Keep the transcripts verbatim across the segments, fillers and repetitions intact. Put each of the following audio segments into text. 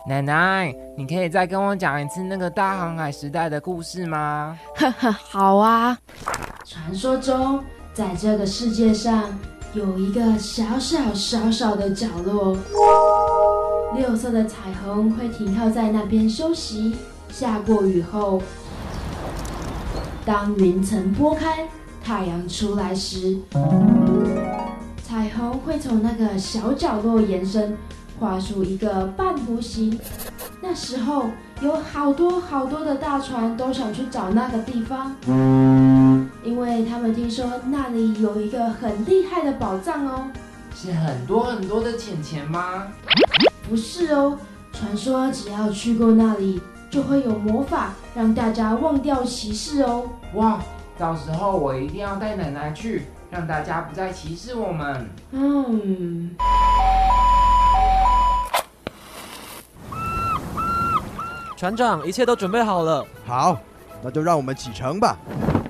奶奶，你可以再跟我讲一次那个大航海时代的故事吗？ 呵呵，好啊。 传说中，在这个世界上有一个小小小小的角落，六色的彩虹会停靠在那边休息。下过雨后，当云层拨开，太阳出来时，彩虹会从那个小角落延伸，画出一个半弧形。那时候有好多好多的大船都想去找那个地方，因为他们听说那里有一个很厉害的宝藏哦。 是很多很多的钱钱吗？ 不是哦，传说只要去过那里，就会有魔法让大家忘掉歧视哦。 哇，到时候我一定要带奶奶去，让大家不再歧视我们。 嗯。 船长，一切都准备好了。 好，那就让我们启程吧。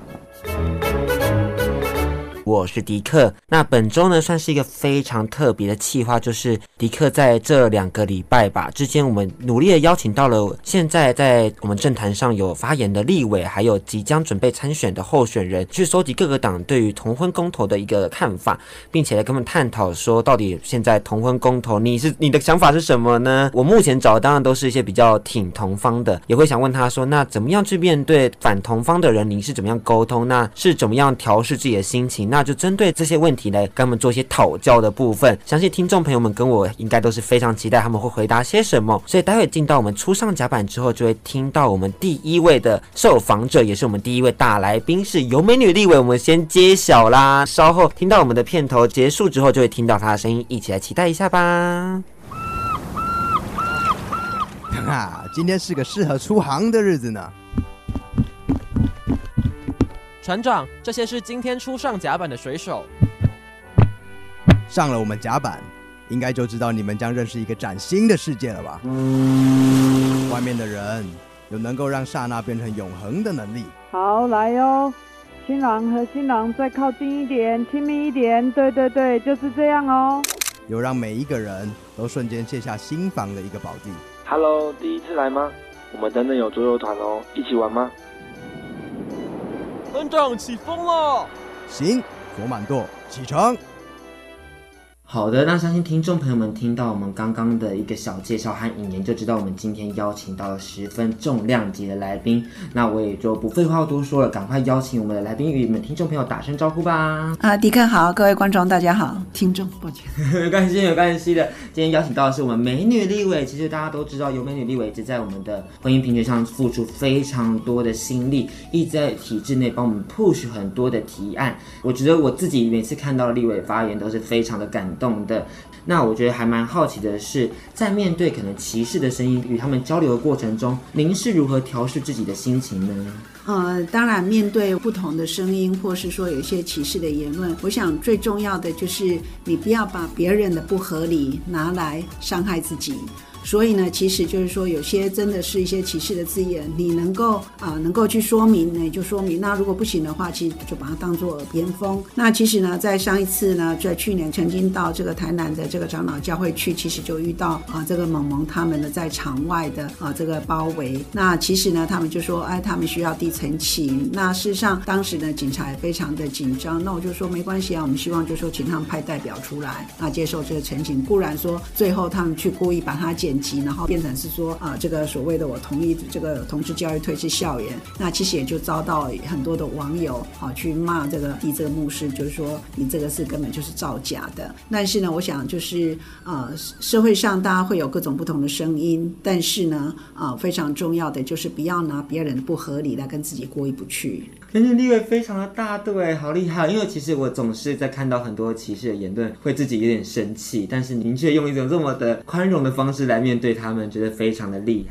我是迪克。那本周呢，算是一个非常特别的企划，就是迪克在这两个礼拜吧之间，我们努力的邀请到了现在在我们政坛上有发言的立委，还有即将准备参选的候选人，去收集各个党对于同婚公投的一个看法，并且来跟我们探讨说，到底现在同婚公投，你是你的想法是什么呢？我目前找的当然都是一些比较挺同方的，也会想问他说，那怎么样去面对反同方的人，你是怎么样沟通？那是怎么样调试自己的心情？那就针对这些问题来跟他们做一些讨教的部分，相信听众朋友们跟我应该都是非常期待他们会回答些什么。所以待会进到我们初上甲板之后，就会听到我们第一位的受访者，也是我们第一位大来宾，是有美女立委。我们先揭晓啦，稍后听到我们的片头结束之后，就会听到她的声音，一起来期待一下吧。 啊，今天是个适合出航的日子呢。 船长，这些是今天初上甲板的水手。 上了我们甲板，应该就知道你们将认识一个崭新的世界了吧？外面的人有能够让刹那变成永恒的能力。 好，来哟，新郎和新郎再靠近一点，亲密一点。对对对，就是这样哦。 有让每一个人都瞬间卸下心防的一个宝地。 Hello， 第一次来吗？我们等等有桌游团哦，一起玩吗？ 船长，起风了。 行，左满舵，启程。 好的，那相信听众朋友们听到我们刚刚的一个小介绍和引言，就知道我们今天邀请到了十分重量级的来宾。那我也就不废话多说了，赶快邀请我们的来宾与你们听众朋友打声招呼吧。 啊，迪克好，各位观众大家好，听众抱歉， 没关系没关系的。今天邀请到的是我们美女立委，其实大家都知道，有美女立委一直在我们的婚姻平权上付出非常多的心力，一直在体制内帮我们 push 很多的提案。我觉得我自己每次看到立委发言都是非常的感动的。那我觉得还蛮好奇的是，在面对可能歧视的声音与他们交流的过程中，您是如何调试自己的心情呢？ 呃，当然面对不同的声音，或是说有一些歧视的言论，我想最重要的就是你不要把别人的不合理拿来伤害自己。所以呢，其实就是说，有些真的是一些歧视的字眼，你能够啊、呃、能够去说明呢，就说明。那如果不行的话，其实就把它当作耳边风。那其实呢，在上一次呢，在去年曾经到这个台南的这个长老教会去，其实就遇到啊、呃、这个萌萌他们呢在场外的啊、呃、这个包围。那其实呢，他们就说，哎，他们需要递陈情。那事实上，当时呢，警察也非常的紧张。那我就说没关系啊，我们希望就说请他们派代表出来，啊接受这个陈情。固然说最后他们去故意把它剪辑，然后变成是说啊、呃，这个所谓的我同意这个同志教育推至校园，那其实也就遭到很多的网友啊去骂这个替这个牧师，就是说你这个是根本就是造假的。但是呢，我想就是呃社会上大家会有各种不同的声音，但是呢啊、呃、非常重要的就是不要拿别人的不合理来跟自己过意不去。 美女立委非常的大度，好厉害！因为其实我总是在看到很多歧视的言论，会自己有点生气，但是您却用一种这么的宽容的方式来面对他们，觉得非常的厉害。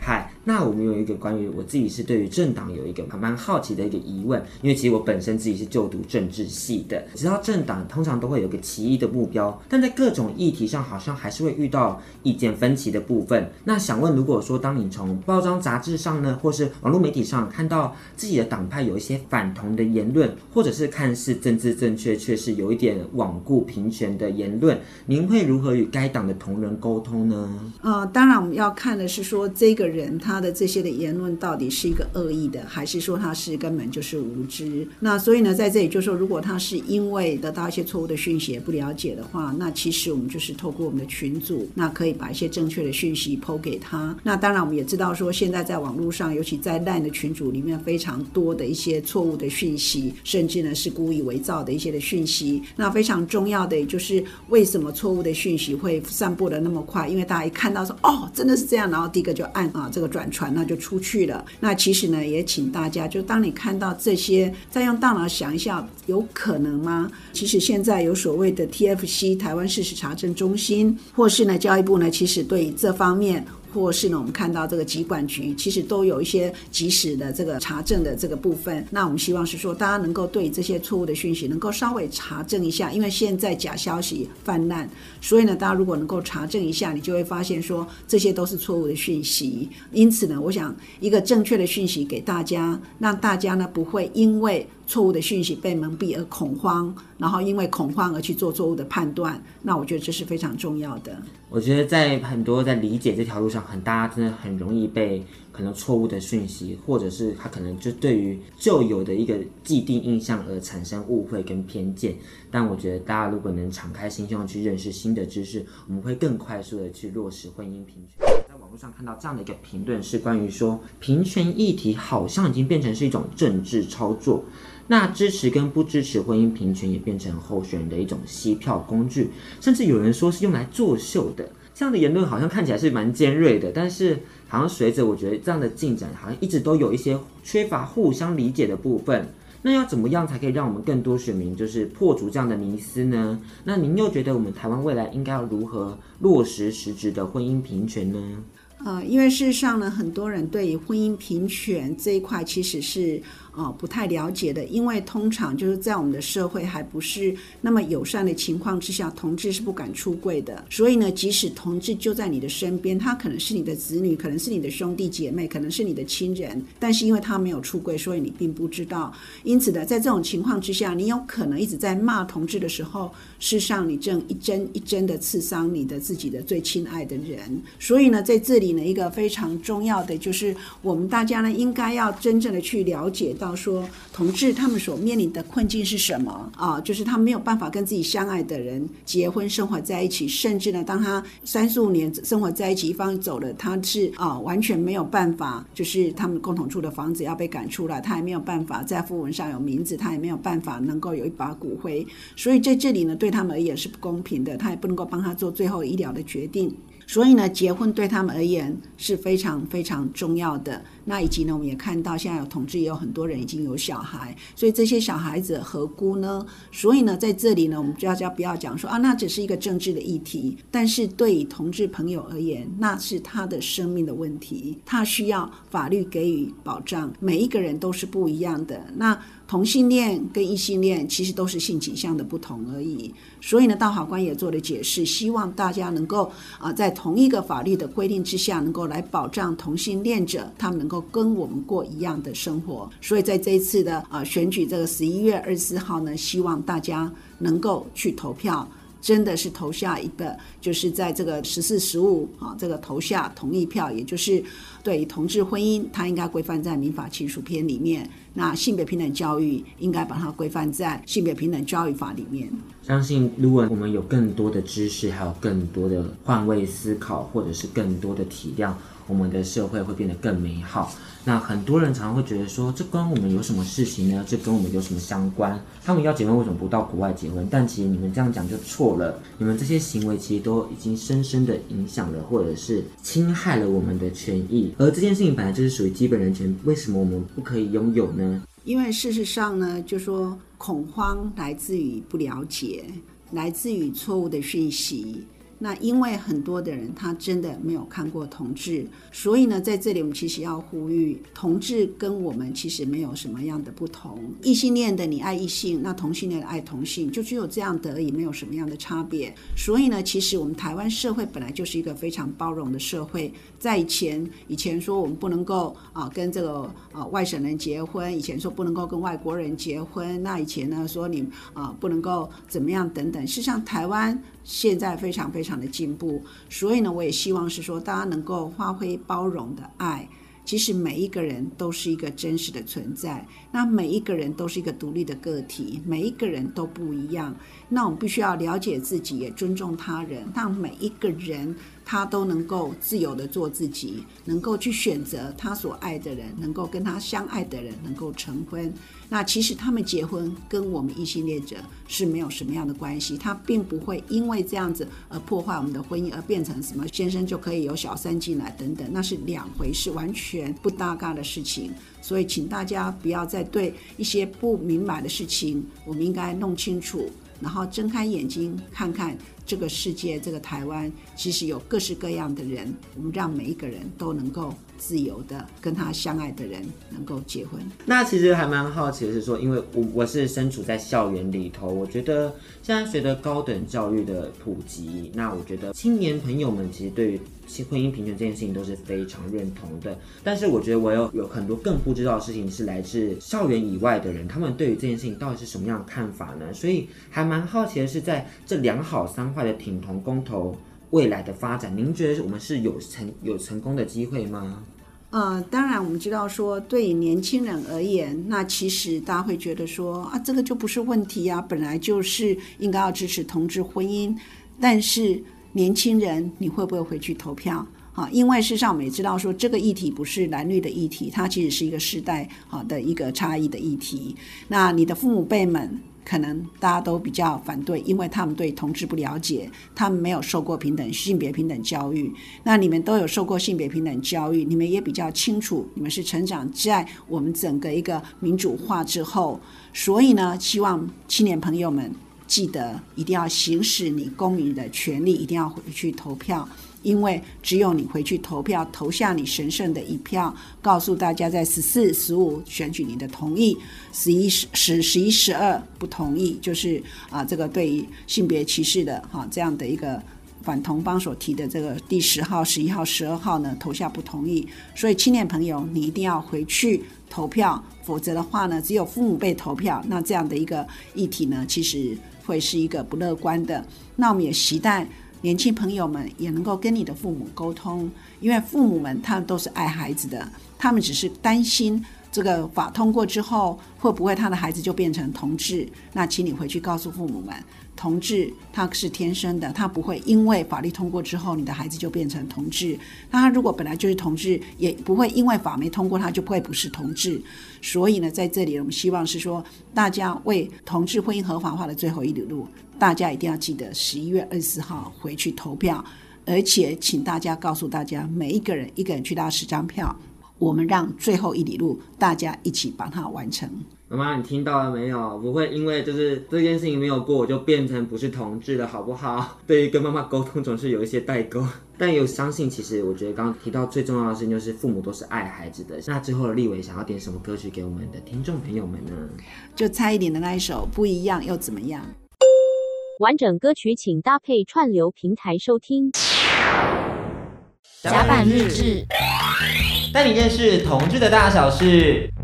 那我们有一个关于我自己是对于政党有一个蛮好奇的一个疑问，因为其实我本身自己是就读政治系的，知道政党通常都会有个奇异的目标，但在各种议题上好像还是会遇到意见分歧的部分。那想问，如果说当你从报章杂志上呢，或是网络媒体上看到自己的党派有一些反同的言论，或者是看似政治正确却是有一点罔顾平权的言论，您会如何与该党的同仁沟通呢？ 呃，当然我们要看的是说这个人他的这些的言论到底是一个恶意的，还是说他是根本就是无知。那所以呢，在这里就说，如果他是因为得到一些错误的讯息也不了解的话，那其实我们就是透过我们的群组，那可以把一些正确的讯息抛给他。那当然我们也知道说，现在在网络上，尤其在 LINE 的群组里面，非常多的一些错误的讯息，甚至呢是故意伪造的一些的讯息。那非常重要的也就是为什么错误的讯息会散播的那么快，因为大家一看到说哦真的是这样，然后第一个就按啊这个转传，那就出去了。那其实呢也请大家，就当你看到这些，再用大脑想一下，有可能吗？其实现在有所谓的 T F C 台湾事实查证中心，或是呢教育部呢，其实对这方面，或是呢我们看到这个疾管局其实都有一些及时的这个查证的这个部分。那我们希望是说大家能够对这些错误的讯息能够稍微查证一下，因为现在假消息泛滥，所以呢大家如果能够查证一下，你就会发现说这些都是错误的讯息。因此呢我想一个正确的讯息给大家，让大家呢不会因为错误的讯息被蒙蔽而恐慌，然后因为恐慌而去做错误的判断，那我觉得这是非常重要的。 我觉得在很多在理解这条路上，很大家真的很容易被可能错误的讯息，或者是他可能就对于旧有的一个既定印象而产生误会跟偏见。但我觉得大家如果能敞开心胸去认识新的知识，我们会更快速的去落实婚姻平权。在网络上看到这样的一个评论，是关于说平权议题好像已经变成是一种政治操作，那支持跟不支持婚姻平权也变成候选人的一种吸票工具，甚至有人说是用来作秀的。这样的言论好像看起来是蛮尖锐的，但是好像随着我觉得这样的进展，好像一直都有一些缺乏互相理解的部分。那要怎么样才可以让我们更多选民就是破除这样的迷思呢？那您又觉得我们台湾未来应该要如何落实实质的婚姻平权呢？ 呃，因为事实上呢，很多人对于婚姻平权这一块其实是呃不太了解的，因为通常就是在我们的社会还不是那么友善的情况之下，同志是不敢出柜的。所以呢，即使同志就在你的身边，他可能是你的子女，可能是你的兄弟姐妹，可能是你的亲人，但是因为他没有出柜，所以你并不知道。因此呢，在这种情况之下，你有可能一直在骂同志的时候，事实上你正一针一针的刺伤你的自己的最亲爱的人。所以呢，在这里呢，一个非常重要的就是我们大家呢，应该要真正的去了解到说同志他们所面临的困境是什么啊？就是他没有办法跟自己相爱的人结婚生活在一起，甚至呢，当他三十五年生活在一起，一方走了，他是啊完全没有办法，就是他们共同住的房子要被赶出来，他也没有办法在讣文上有名字，他也没有办法能够有一把骨灰，所以在这里呢，对他们而言是不公平的，他也不能够帮他做最后医疗的决定。所以呢，结婚对他们而言是非常非常重要的。那以及呢，我们也看到现在有同志，也有很多人已经有小孩，所以这些小孩子何辜呢？所以呢，在这里呢，我们就要不要讲说啊，那只是一个政治的议题，但是对于同志朋友而言，那是他的生命的问题，他需要法律给予保障。每一个人都是不一样的，那同性恋跟异性恋其实都是性倾向的不同而已。所以呢，大法官也做了解释，希望大家能够啊、呃，在同一个法律的规定之下，能够来保障同性恋者，他们能够跟我们过一样的生活。所以在这一次的啊、呃、选举，这个十一月二十四号呢，希望大家能够去投票。真的是投下一个，就是在这个十四十五啊，这个投下同意票，也就是对同志婚姻，它应该规范在民法亲属篇里面。那性别平等教育应该把它规范在性别平等教育法里面。 相信如果我们有更多的知识，还有更多的换位思考，或者是更多的体谅，我们的社会会变得更美好。那很多人常常会觉得说，这关我们有什么事情呢？这跟我们有什么相关？他们要结婚为什么不到国外结婚？但其实你们这样讲就错了，你们这些行为其实都已经深深的影响了，或者是侵害了我们的权益。而这件事情本来就是属于基本人权，为什么我们不可以拥有呢？ 因为事实上呢，就说恐慌来自于不了解，来自于错误的讯息。 那因为很多的人他真的没有看过同志，所以呢，在这里我们其实要呼吁，同志跟我们其实没有什么样的不同。异性恋的你爱异性，那同性恋的爱同性，就只有这样的而已，没有什么样的差别。所以呢，其实我们台湾社会本来就是一个非常包容的社会。在以前，以前说我们不能够啊跟这个啊外省人结婚，以前说不能够跟外国人结婚，那以前呢说你啊不能够怎么样等等。事实上，台湾现在非常非常的进步，所以呢，我也希望是说大家能够发挥包容的爱。其实每一个人都是一个真实的存在，那每一个人都是一个独立的个体，每一个人都不一样。那我们必须要了解自己，也尊重他人，让每一个人他都能够自由的做自己，能够去选择他所爱的人，能够跟他相爱的人能够成婚。那其实他们结婚跟我们异性恋者是没有什么样的关系，他并不会因为这样子而破坏我们的婚姻，而变成什么先生就可以有小三进来等等，那是两回事，完全不搭嘎的事情。所以请大家不要再对一些不明白的事情，我们应该弄清楚，然后睁开眼睛看看这个世界，这个台湾其实有各式各样的人，我们让每一个人都能够自由的跟他相爱的人能够结婚。 那其实还蛮好奇的是说，因为我我是身处在校园里头，我觉得现在随着高等教育的普及，那我觉得青年朋友们其实对于婚姻平权这件事情都是非常认同的。但是我觉得我有有很多更不知道的事情是来自校园以外的人，他们对于这件事情到底是什么样的看法呢？所以还蛮好奇的是，在这两好三坏的挺同公投未来的发展，您觉得我们是有成有成功的机会吗？ 呃，当然我们知道说，对于年轻人而言，那其实大家会觉得说啊，这个就不是问题啊，本来就是应该要支持同志婚姻。但是年轻人，你会不会回去投票？啊，因为事实上我们也知道说，这个议题不是蓝绿的议题，它其实是一个世代好的一个差异的议题。那你的父母辈们可能大家都比较反对，因为他们对同志不了解，他们没有受过平等性别平等教育。那你们都有受过性别平等教育，你们也比较清楚，你们是成长在我们整个一个民主化之后，所以呢，希望青年朋友们记得一定要行使你公民的权利，一定要回去投票。因为只有你回去投票，投下你神圣的一票，告诉大家在十四、十五选举你的同意，十一、十、十一、十二不同意，就是啊，这个对于性别歧视的哈、啊、这样的一个反同方所提的这个第十号、十一号、十二号呢，投下不同意。所以青年朋友，你一定要回去投票，否则的话呢，只有父母辈投票，那这样的一个议题呢，其实会是一个不乐观的。那我们也期待年轻朋友们也能够跟你的父母沟通，因为父母们他们都是爱孩子的，他们只是担心这个法通过之后会不会他的孩子就变成同志。那请你回去告诉父母们，同志他是天生的，他不会因为法律通过之后你的孩子就变成同志，那他如果本来就是同志，也不会因为法没通过他就不会不是同志。所以呢，在这里我们希望是说，大家为同志婚姻合法化的最后一里路，大家一定要记得十一月二十四号回去投票，而且请大家告诉大家，每一个人一个人去拉十张票，我们让最后一里路大家一起把它完成。 妈妈，你听到了没有？不会因为就是这件事情没有过，我就变成不是同志了，好不好？对于跟妈妈沟通总是有一些代沟，但有相信，其实我觉得刚刚提到最重要的事情就是父母都是爱孩子的。那之后的立委想要点什么歌曲给我们的听众朋友们呢？ 就蔡依林的那一首《不一样又怎么样》。 完整歌曲请搭配串流平台收听。 甲板日志， 带你认识同志的大小事。